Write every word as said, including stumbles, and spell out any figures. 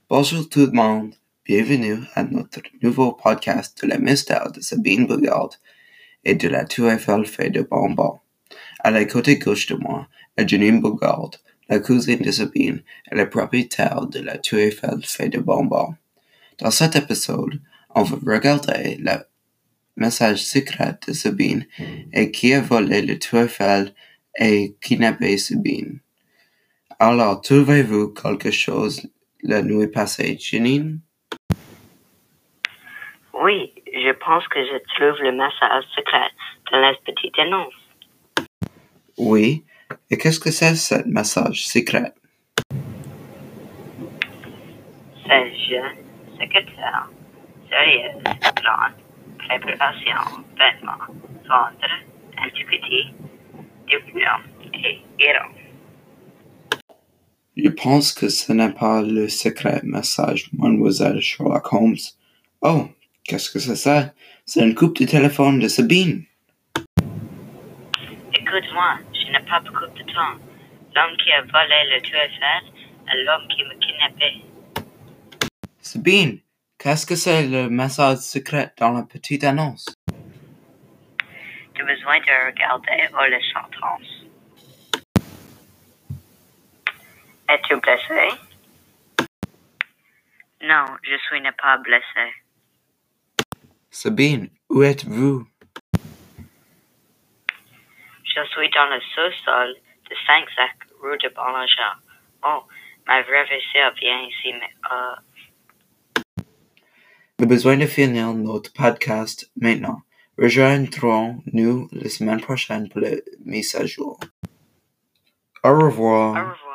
Bonjour tout le monde, bienvenue à notre nouveau podcast de la mystère de Sabine Bourgard et de la Tour Eiffel faite de bonbons. À la côté gauche de moi est Janine Bourgard, la cousine de Sabine et la propriétaire de la Tour Eiffel faite de bonbons. Dans cet épisode, on va regarder le message secret de Sabine et qui a volé le Tour Eiffel et kidnappé Sabine. Alors, trouvez-vous quelque chose la nuit passée, Janine? Oui, je pense que je trouve le message secret dans la petite annonce. Oui, et qu'est-ce que c'est ce message secret? C'est jeune, secrétaire, sérieuse, grande, préparation, vêtements, vendre, antiquité, diplôme et héros. Je pense que ce n'est pas le secret message, mademoiselle Sherlock Holmes. Oh, qu'est-ce que c'est ça? C'est une coupe de téléphone de Sabine. Écoute-moi, je n'ai pas beaucoup de temps. L'homme qui a volé le Tour Eiffel est l'homme qui m'a kidnappé. Sabine, qu'est-ce que c'est le message secret dans la petite annonce? Tu as besoin de regarder ou les sentences. Es-tu blessé? Non, je suis pas blessé. Sabine, où êtes-vous? Je suis dans le sous-sol de cinq rue de Boulanger. Oh, ma vraie sœur vient ici, mais euh... On a besoin de finir notre podcast maintenant. Rejoindrons-nous la semaine prochaine pour la mise à jour. Au revoir. Au revoir.